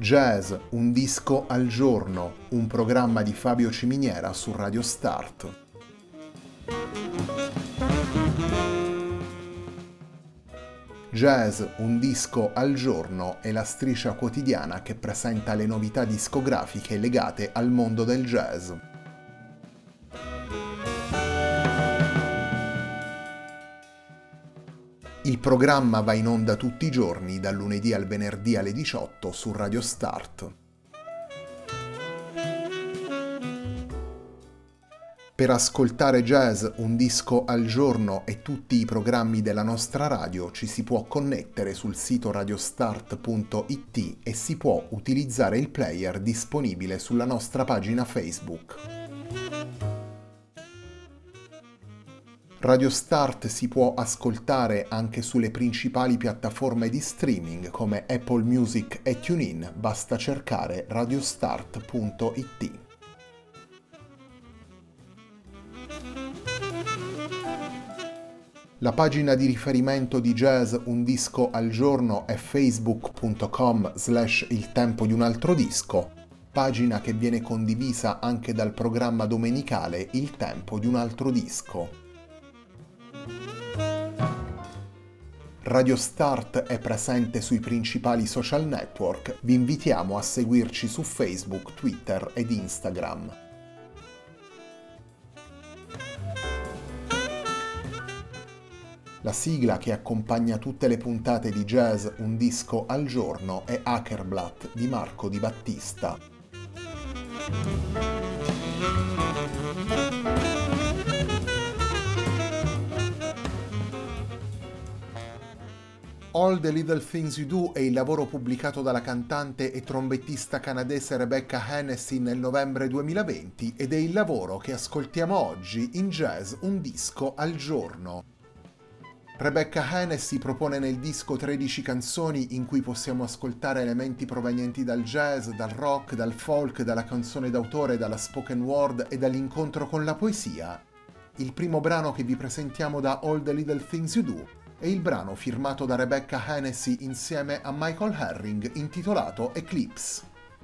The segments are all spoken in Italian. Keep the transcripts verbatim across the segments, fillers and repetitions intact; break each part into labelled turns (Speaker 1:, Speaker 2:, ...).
Speaker 1: Jazz, un disco al giorno, un programma di Fabio Ciminiera su Radio Start. Jazz, un disco al giorno è la striscia quotidiana che presenta le novità discografiche legate al mondo del jazz. Il programma va in onda tutti i giorni, dal lunedì al venerdì alle diciotto su Radio Start. Per ascoltare Jazz, un disco al giorno e tutti i programmi della nostra radio ci si può connettere sul sito radiostart punto it e si può utilizzare il player disponibile sulla nostra pagina Facebook. Radio Start si può ascoltare anche sulle principali piattaforme di streaming come Apple Music e TuneIn, basta cercare radiostart punto it. La pagina di riferimento di Jazz Un Disco al Giorno è facebook punto com slash il tempo di un altro disco, pagina che viene condivisa anche dal programma domenicale Il tempo di un altro disco. Radio Start è presente sui principali social network, vi invitiamo a seguirci su Facebook, Twitter ed Instagram. La sigla che accompagna tutte le puntate di Jazz Un Disco al Giorno è Hackerblatt di Marco Di Battista. All the Little Things You Do è il lavoro pubblicato dalla cantante e trombettista canadese Rebecca Hennessy nel novembre duemilaventi ed è il lavoro che ascoltiamo oggi in Jazz Un Disco al Giorno. Rebecca Hennessy propone nel disco tredici canzoni in cui possiamo ascoltare elementi provenienti dal jazz, dal rock, dal folk, dalla canzone d'autore, dalla spoken word e dall'incontro con la poesia. Il primo brano che vi presentiamo da All the Little Things You Do è il brano firmato da Rebecca Hennessy insieme a Michael Herring intitolato Eclipse.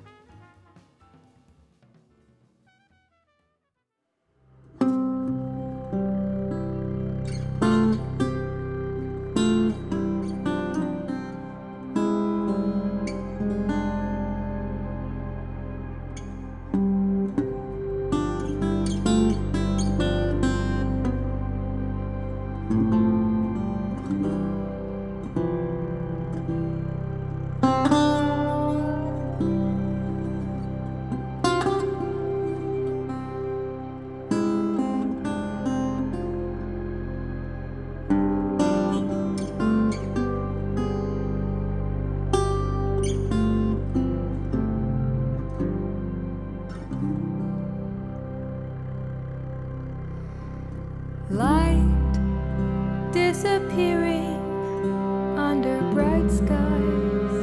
Speaker 2: Light disappearing under bright skies.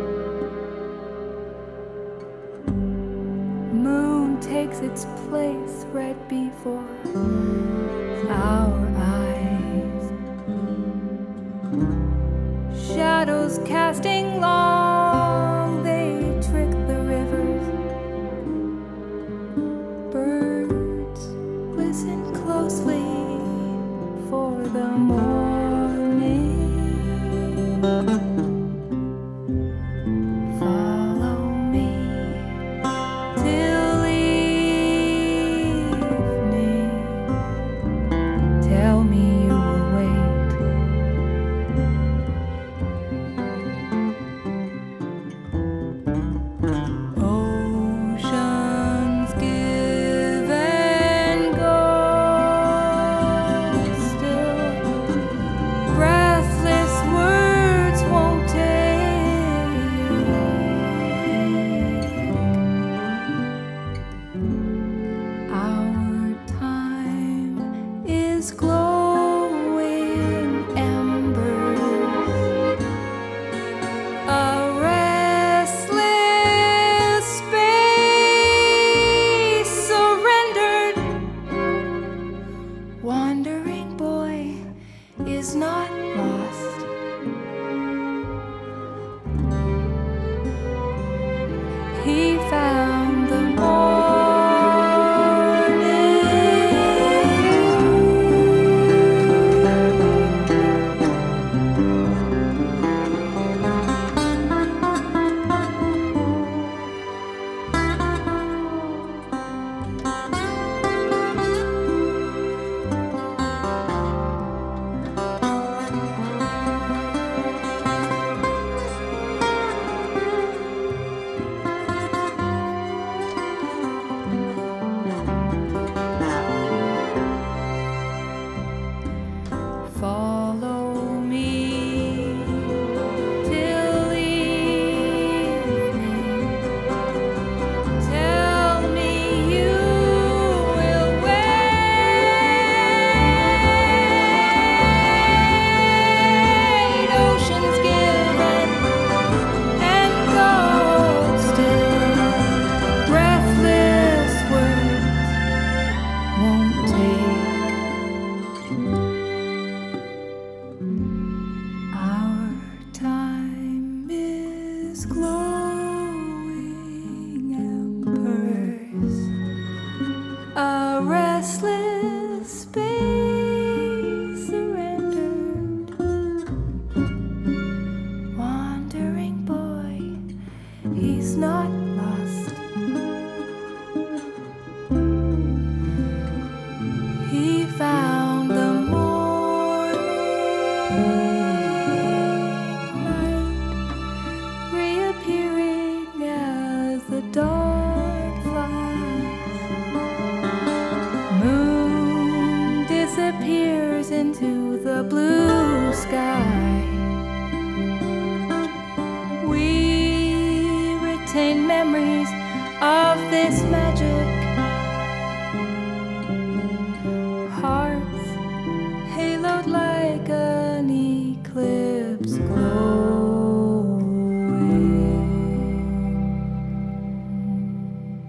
Speaker 2: Moon takes its place right before our eyes. Shadows casting long, they trick the rivers. Birds listen closely for the morning. Follow me till evening. Tell me you will wait. eclipse glowing embers, a restless space surrendered. Wandering boy, he's not lost. He found the morning light reappearing as the dawn flies. Moon disappears into the blue sky. We retain memories of this magic. Hearts haloed like an eclipse glowing.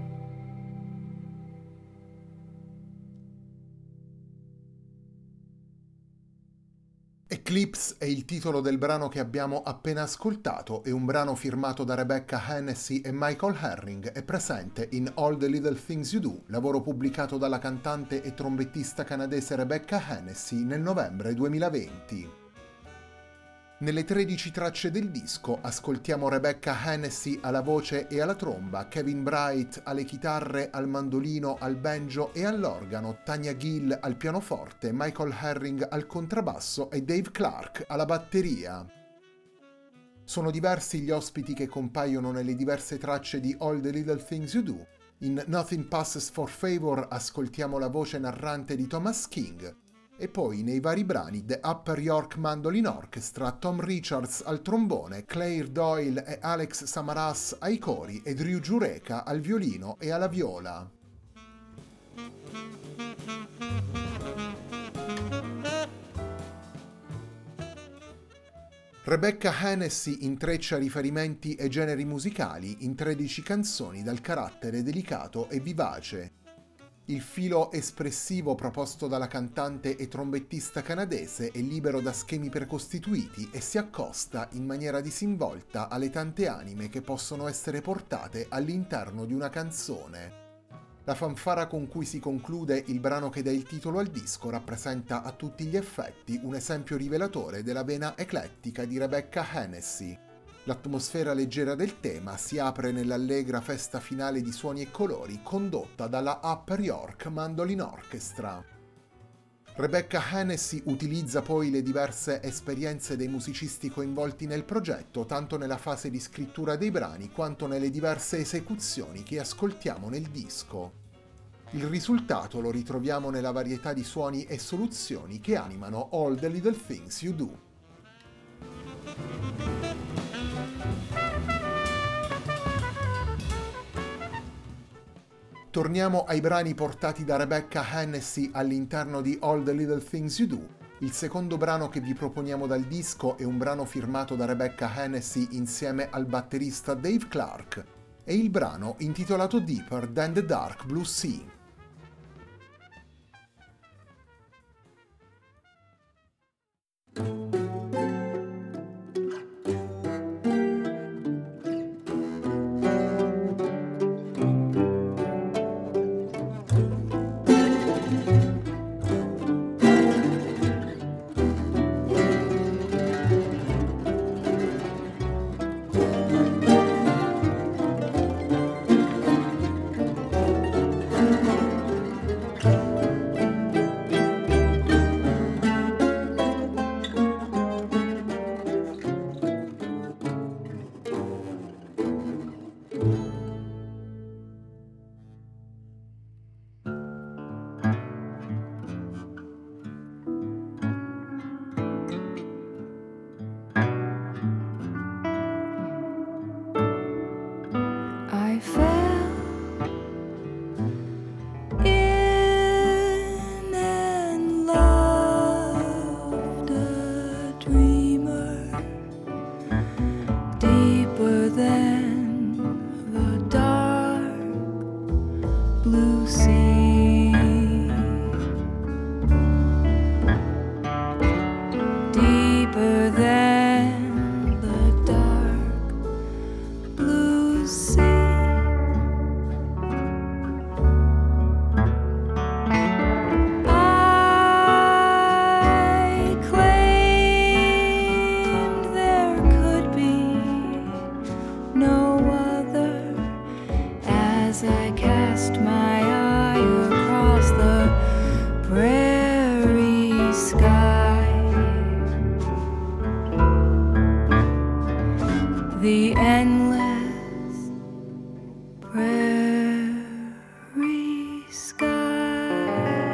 Speaker 1: Eclipse è il titolo del brano che abbiamo appena ascoltato, è un brano firmato da Rebecca Hennessy e Michael Herring, è presente in All the Little Things You Do, lavoro pubblicato dalla cantante e trombettista canadese Rebecca Hennessy nel novembre duemilaventi. Nelle tredici tracce del disco ascoltiamo Rebecca Hennessy alla voce e alla tromba, Kevin Bright alle chitarre, al mandolino, al banjo e all'organo, Tanya Gill al pianoforte, Michael Herring al contrabbasso e Dave Clark alla batteria. Sono diversi gli ospiti che compaiono nelle diverse tracce di All the Little Things You Do. In Nothing Passes for Favor ascoltiamo la voce narrante di Thomas King, e poi nei vari brani The Upper York Mandolin Orchestra, Tom Richards al trombone, Claire Doyle e Alex Samaras ai cori e Drew Jureka al violino e alla viola. Rebecca Hennessy intreccia riferimenti e generi musicali in tredici canzoni dal carattere delicato e vivace. Il filo espressivo proposto dalla cantante e trombettista canadese è libero da schemi precostituiti e si accosta in maniera disinvolta alle tante anime che possono essere portate all'interno di una canzone. La fanfara con cui si conclude il brano che dà il titolo al disco rappresenta a tutti gli effetti un esempio rivelatore della vena eclettica di Rebecca Hennessy. L'atmosfera leggera del tema si apre nell'allegra festa finale di suoni e colori condotta dalla Upper York Mandolin Orchestra. Rebecca Hennessy utilizza poi le diverse esperienze dei musicisti coinvolti nel progetto, tanto nella fase di scrittura dei brani quanto nelle diverse esecuzioni che ascoltiamo nel disco. Il risultato lo ritroviamo nella varietà di suoni e soluzioni che animano All the Little Things You Do. Torniamo ai brani portati da Rebecca Hennessy all'interno di All the Little Things You Do. Il secondo brano che vi proponiamo dal disco è un brano firmato da Rebecca Hennessy insieme al batterista Dave Clark. È il brano intitolato Deeper Than the Dark Blue Sea.
Speaker 2: the endless prairie sky.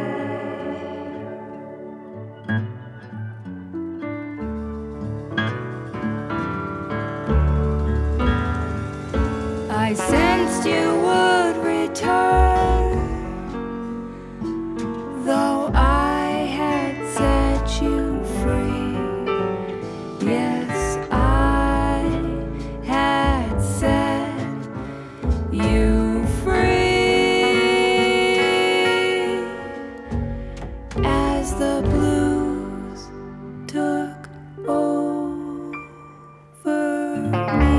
Speaker 2: I sensed you would return, though I had set you free. Yes, I had set you free. As the blues took over me.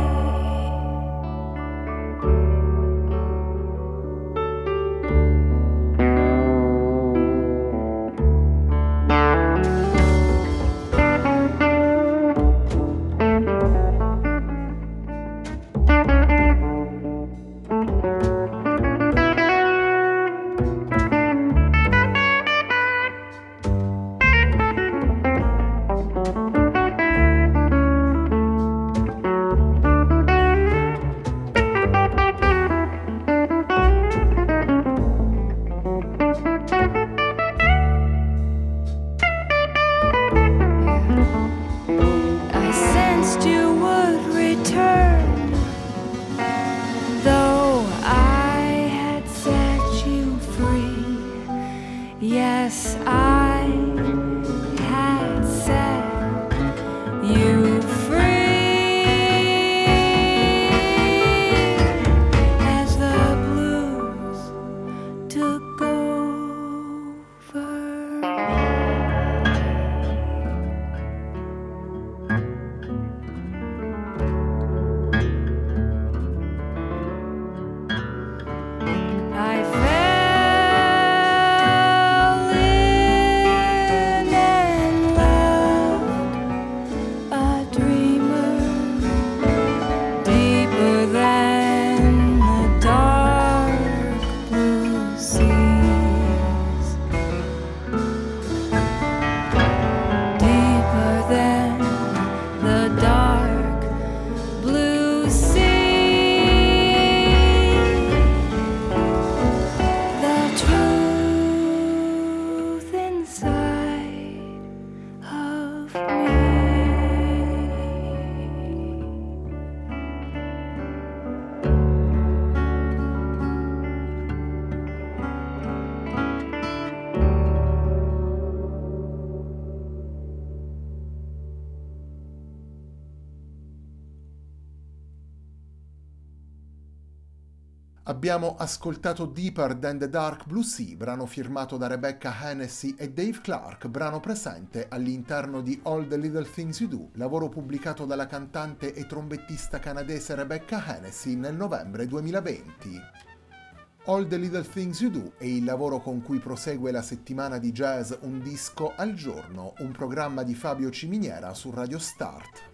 Speaker 2: I sensed you would return, though I had set you free. Yes, I had set you free. As the blues took over. I fell in and loved a dreamer deeper than the dark blue seas, deeper than the dark blue sea. The truth inside of me.
Speaker 1: Abbiamo ascoltato Deeper Than the Dark Blue Sea, brano firmato da Rebecca Hennessy e Dave Clark, brano presente all'interno di All the Little Things You Do, lavoro pubblicato dalla cantante e trombettista canadese Rebecca Hennessy nel novembre duemilaventi. All the Little Things You Do è il lavoro con cui prosegue la settimana di jazz Un disco al giorno, un programma di Fabio Ciminiera su Radio Start.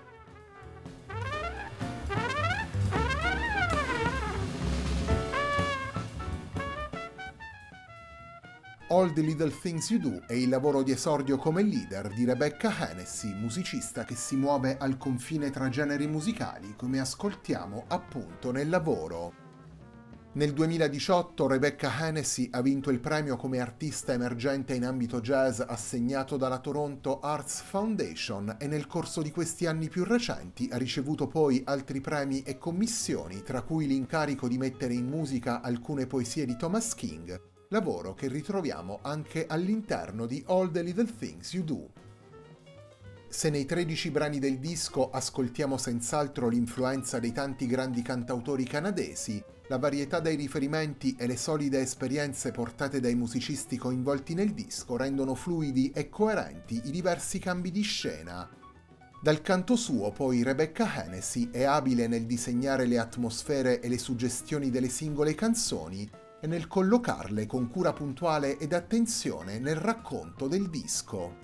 Speaker 1: All the Little Things You Do è il lavoro di esordio come leader di Rebecca Hennessy, musicista che si muove al confine tra generi musicali, come ascoltiamo appunto nel lavoro. Nel duemiladiciotto Rebecca Hennessy ha vinto il premio come artista emergente in ambito jazz assegnato dalla Toronto Arts Foundation e nel corso di questi anni più recenti ha ricevuto poi altri premi e commissioni, tra cui l'incarico di mettere in musica alcune poesie di Thomas King, lavoro che ritroviamo anche all'interno di All the Little Things You Do. Se nei tredici brani del disco ascoltiamo senz'altro l'influenza dei tanti grandi cantautori canadesi, la varietà dei riferimenti e le solide esperienze portate dai musicisti coinvolti nel disco rendono fluidi e coerenti i diversi cambi di scena. Dal canto suo, poi, Rebecca Hennessy è abile nel disegnare le atmosfere e le suggestioni delle singole canzoni e nel collocarle con cura puntuale ed attenzione nel racconto del disco.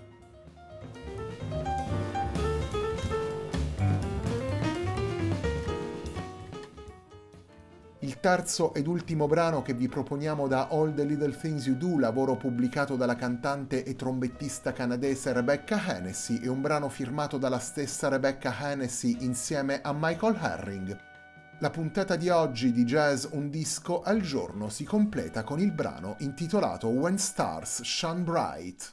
Speaker 1: Il terzo ed ultimo brano che vi proponiamo da All the Little Things You Do, lavoro pubblicato dalla cantante e trombettista canadese Rebecca Hennessy, è un brano firmato dalla stessa Rebecca Hennessy insieme a Michael Herring. La puntata di oggi di Jazz Un Disco al Giorno si completa con il brano intitolato When Stars Shine Bright.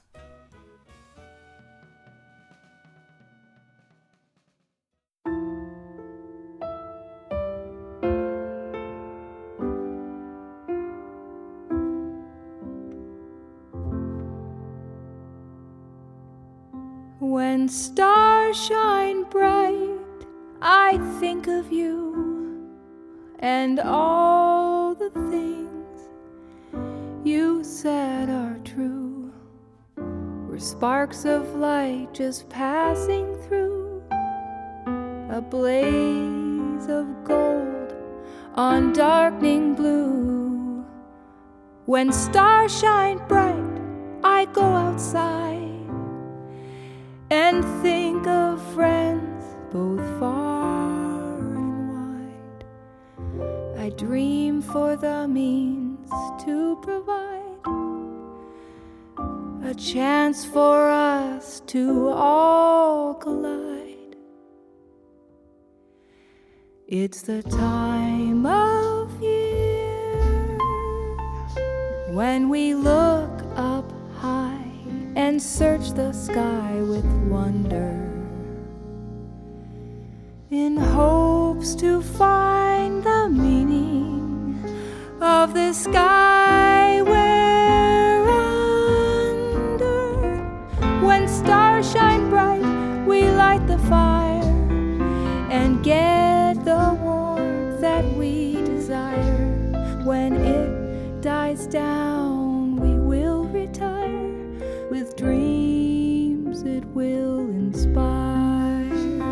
Speaker 2: When stars shine bright, I think of you and all the things you said are true. We're sparks of light just passing through a blaze of gold on darkening blue. When stars shine bright, I go outside and think of friends both far and wide. I dream for the means to provide a chance for us to all collide. It's the time of year when we look up high and search the sky with wonder, in hopes to find the meaning of the sky we're under. When stars shine bright, we light the fire and get the warmth that we desire. When it dies down, we will retire with dreams it will inspire.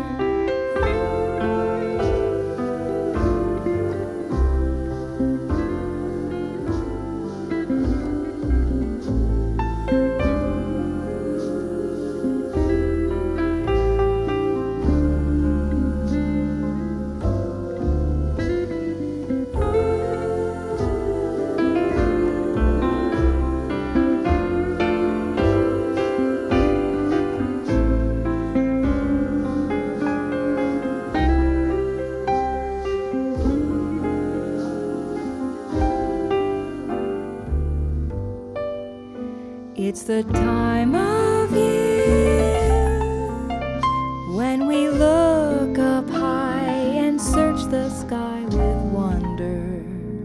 Speaker 2: It's the time of year when we look up high and search the sky with wonder,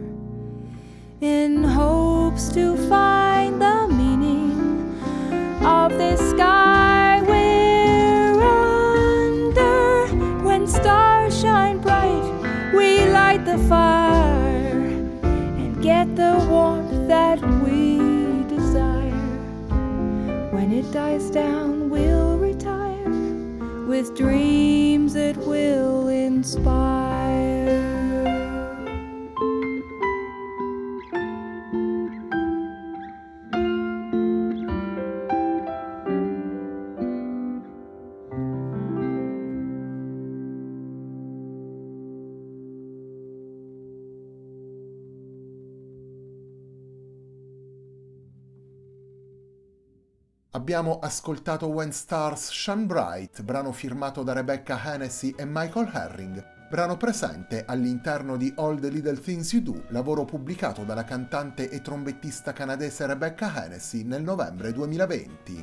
Speaker 2: in hopes to find the meaning of this sky we're under. When stars shine bright, we light the fire and get the warmth that we desire. When it dies down, we'll retire with dreams it will inspire.
Speaker 1: Abbiamo ascoltato When Stars Shine Bright, brano firmato da Rebecca Hennessy e Michael Herring, brano presente all'interno di All the Little Things You Do, lavoro pubblicato dalla cantante e trombettista canadese Rebecca Hennessy nel novembre duemilaventi.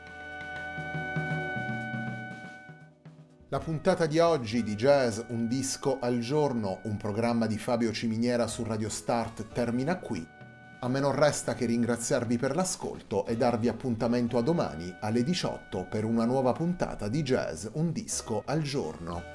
Speaker 1: La puntata di oggi di Jazz Un Disco al Giorno, un programma di Fabio Ciminiera su Radio Start, termina qui. A me non resta che ringraziarvi per l'ascolto e darvi appuntamento a domani alle diciotto per una nuova puntata di Jazz Un Disco al Giorno.